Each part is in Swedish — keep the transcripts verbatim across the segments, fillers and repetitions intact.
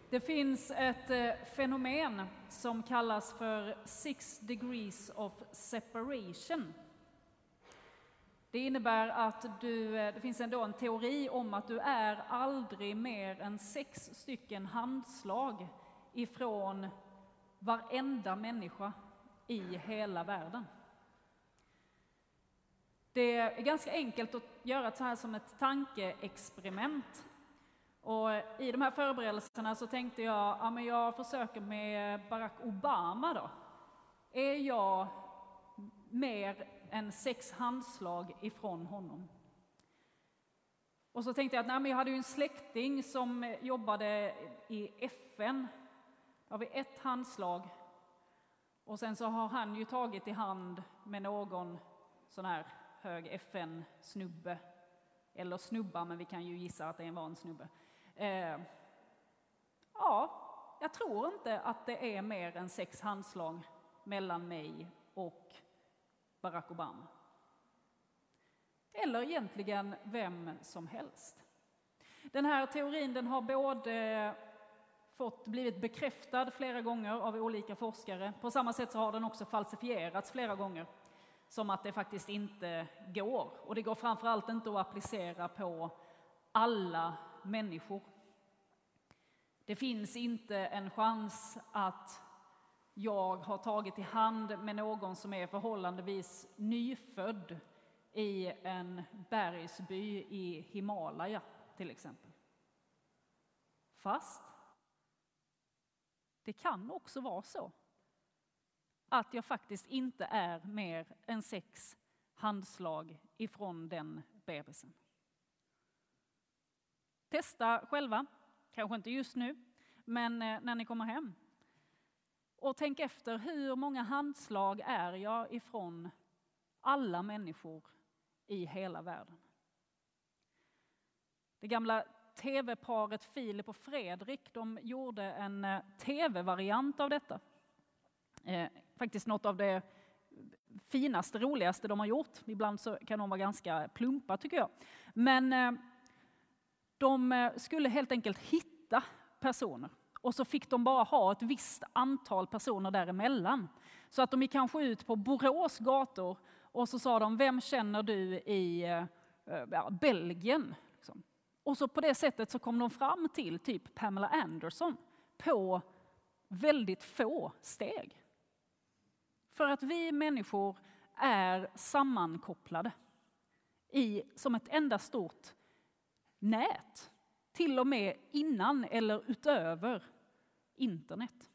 Det finns ett eh, fenomen som kallas för six degrees of separation. Det innebär att du, det finns ändå en teori om att du är aldrig mer än sex stycken handslag ifrån varenda människa i hela världen. Det är ganska enkelt att göra så här som ett tankeexperiment. Och i de här förberedelserna så tänkte jag, ja men jag försöker med Barack Obama då. Är jag mer än sex handslag ifrån honom? Och så tänkte jag att nej, men jag hade ju en släkting som jobbade i F N. Då har vi ett handslag. Och sen så har han ju tagit i hand med någon sån här hög F N-snubbe. Eller snubba, men vi kan ju gissa att det var en snubbe. Eh, ja, jag tror inte att det är mer än sex handslag mellan mig och Barack Obama. Eller egentligen vem som helst. Den här teorin den har både fått blivit bekräftad flera gånger av olika forskare. På samma sätt så har den också falsifierats flera gånger. Som att det faktiskt inte går. Och det går framförallt inte att applicera på alla människor. Det finns inte en chans att jag har tagit i hand med någon som är förhållandevis nyfödd i en bergsby i Himalaya till exempel. Fast det kan också vara så att jag faktiskt inte är mer än sex handslag ifrån den bebisen. Testa själva, kanske inte just nu, men när ni kommer hem. Och tänk efter, hur många handslag är jag ifrån alla människor i hela världen? Det gamla tv-paret Filip och Fredrik, de gjorde en tv-variant av detta. Eh, faktiskt något av det finaste, roligaste de har gjort. Ibland så kan de vara ganska plumpa tycker jag. Men eh, de skulle helt enkelt hitta personer. Och så fick de bara ha ett visst antal personer däremellan. Så att de gick kanske ut på Borås gator och så sa de, vem känner du i eh, ja, Belgien? Liksom. Och så på det sättet så kom de fram till typ Pamela Anderson på väldigt få steg. För att vi människor är sammankopplade i, som ett enda stort nät. Till och med innan eller utöver internet.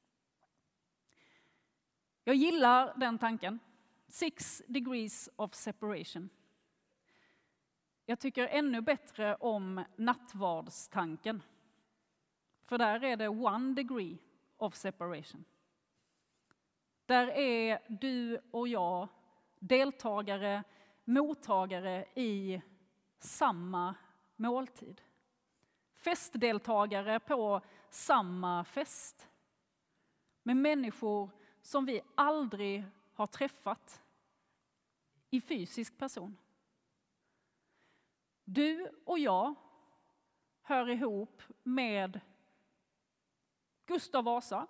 Jag gillar den tanken. Six degrees of separation. Jag tycker ännu bättre om nattvardstanken. För där är det one degree of separation. Där är du och jag deltagare, mottagare i samma måltid. Festdeltagare på samma fest. Med människor som vi aldrig har träffat i fysisk person. Du och jag hör ihop med Gustav Vasa.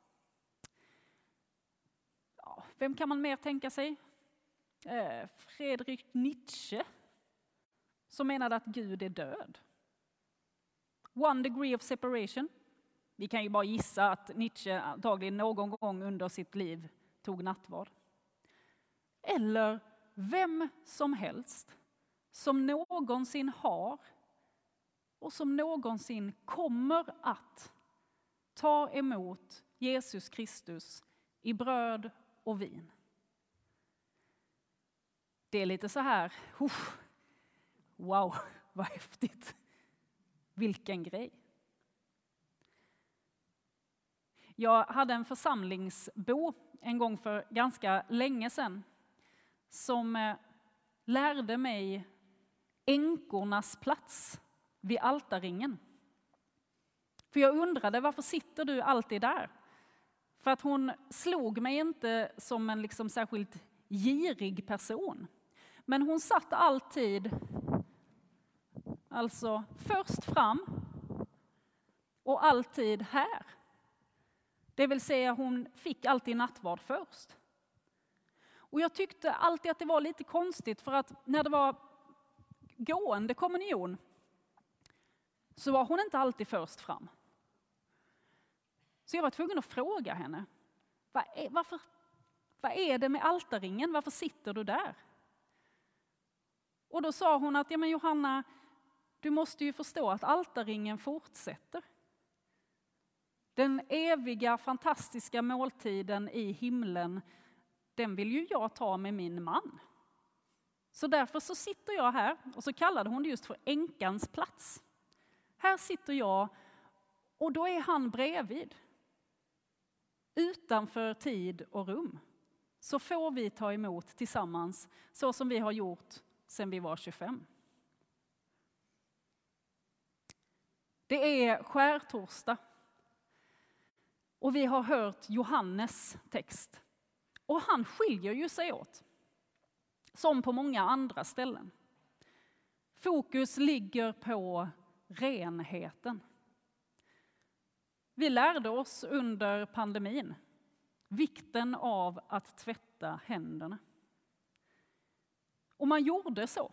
Ja, vem kan man mer tänka sig? Eh, Friedrich Nietzsche. Som menade att Gud är död. One degree of separation. Vi kan ju bara gissa att Nietzsche antagligen någon gång under sitt liv tog nattvard. Eller vem som helst som någonsin har och som någonsin kommer att ta emot Jesus Kristus i bröd och vin. Det är lite så här, uff, wow, vad häftigt. Vilken grej. Jag hade en församlingsbo en gång för ganska länge sedan som lärde mig änkornas plats vid altarringen. För jag undrade, varför sitter du alltid där? För att hon slog mig inte som en liksom särskilt girig person. Men hon satt alltid alltså först fram och alltid här. Det vill säga hon fick alltid nattvard först. Och jag tyckte alltid att det var lite konstigt, för att när det var gående kommunion så var hon inte alltid först fram. Så jag var tvungen att fråga henne, vad är, varför, vad är det med altarringen? Varför sitter du där? Och då sa hon att, ja men Johanna, du måste ju förstå att altarringen fortsätter. Den eviga, fantastiska måltiden i himlen, den vill ju jag ta med min man. Så därför så sitter jag här, och så kallade hon det just för änkans plats. Här sitter jag, och då är han bredvid. Utanför tid och rum. Så får vi ta emot tillsammans, så som vi har gjort sedan vi var tjugofem. Det är skärtorsdag. Och vi har hört Johannes text. Och han skiljer ju sig åt. Som på många andra ställen. Fokus ligger på renheten. Vi lärde oss under pandemin vikten av att tvätta händerna. Och man gjorde så.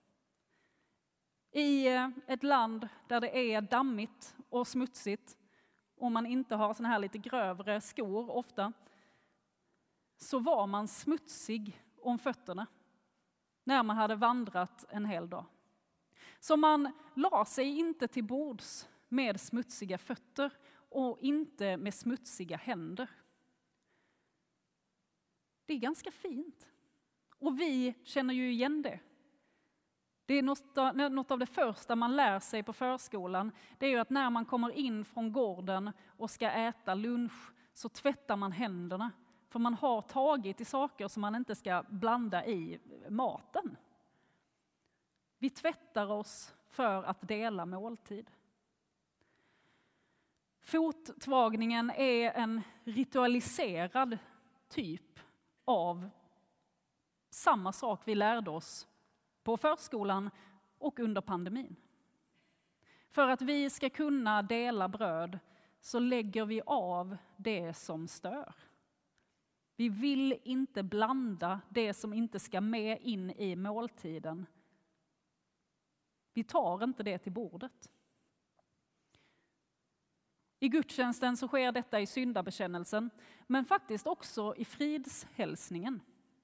I ett land där det är dammigt och smutsigt och man inte har såna här lite grövre skor ofta, så var man smutsig om fötterna när man hade vandrat en hel dag. Så man la sig inte till bords med smutsiga fötter och inte med smutsiga händer. Det är ganska fint. Och vi känner ju igen det. Det är något, något av det första man lär sig på förskolan. Det är ju att när man kommer in från gården och ska äta lunch så tvättar man händerna. För man har tagit i saker som man inte ska blanda i maten. Vi tvättar oss för att dela måltid. Fottvagningen är en ritualiserad typ av samma sak vi lärde oss på förskolan och under pandemin. För att vi ska kunna dela bröd så lägger vi av det som stör. Vi vill inte blanda det som inte ska med in i måltiden. Vi tar inte det till bordet. I gudstjänsten så sker detta i syndabekännelsen, men faktiskt också i fridshälsningen.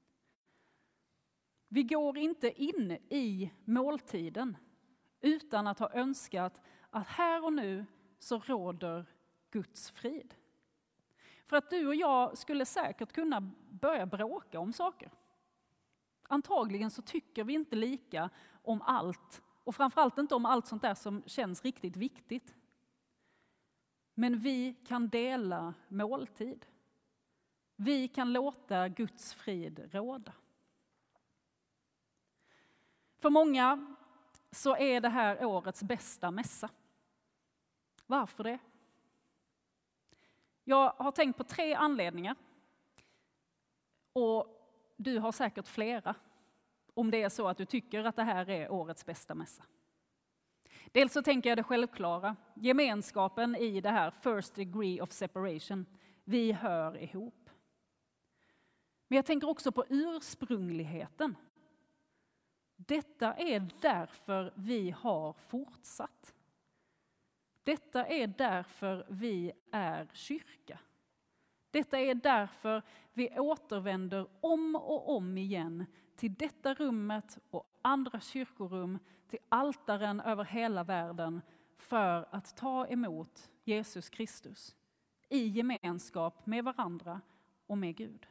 Vi går inte in i måltiden utan att ha önskat att här och nu så råder Guds frid. För att du och jag skulle säkert kunna börja bråka om saker. Antagligen så tycker vi inte lika om allt, och framförallt inte om allt sånt där som känns riktigt viktigt. Men vi kan dela måltid. Vi kan låta Guds frid råda. För många så är det här årets bästa mässa. Varför det? Jag har tänkt på tre anledningar. Och du har säkert flera. Om det är så att du tycker att det här är årets bästa mässa. Dels så tänker jag det självklara. Gemenskapen i det här first degree of separation. Vi hör ihop. Men jag tänker också på ursprungligheten. Detta är därför vi har fortsatt. Detta är därför vi är kyrka. Detta är därför vi återvänder om och om igen till detta rummet och andra kyrkorum, till altaren över hela världen för att ta emot Jesus Kristus i gemenskap med varandra och med Gud.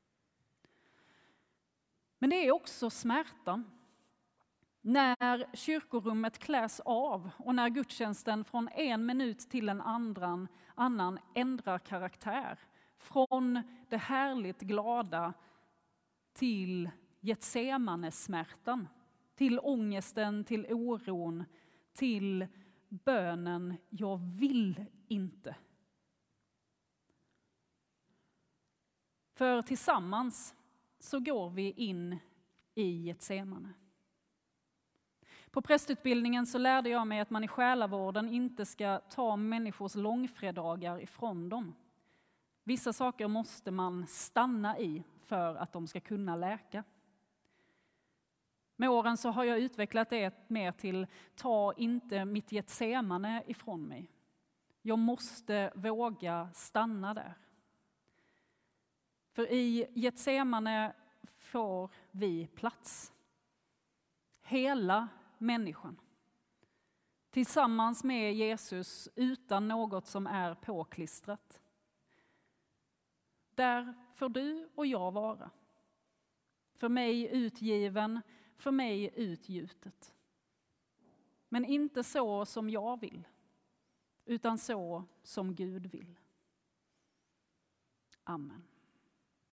Men det är också smärtan. När kyrkorummet kläs av och när gudstjänsten från en minut till en annan, annan ändrar karaktär. Från det härligt glada till Getsemane-smärtan, till ångesten, till oron, till bönen jag vill inte. För tillsammans så går vi in i Getsemane. På prästutbildningen så lärde jag mig att man i själavården inte ska ta människors långfredagar ifrån dem. Vissa saker måste man stanna i för att de ska kunna läka. Med åren så har jag utvecklat det mer till: ta inte mitt Getsemane ifrån mig. Jag måste våga stanna där. För i Getsemane får vi plats. Hela människan. Tillsammans med Jesus, utan något som är påklistrat. Där får du och jag vara. För mig utgiven, för mig utgjutet. Men inte så som jag vill, utan så som Gud vill. Amen.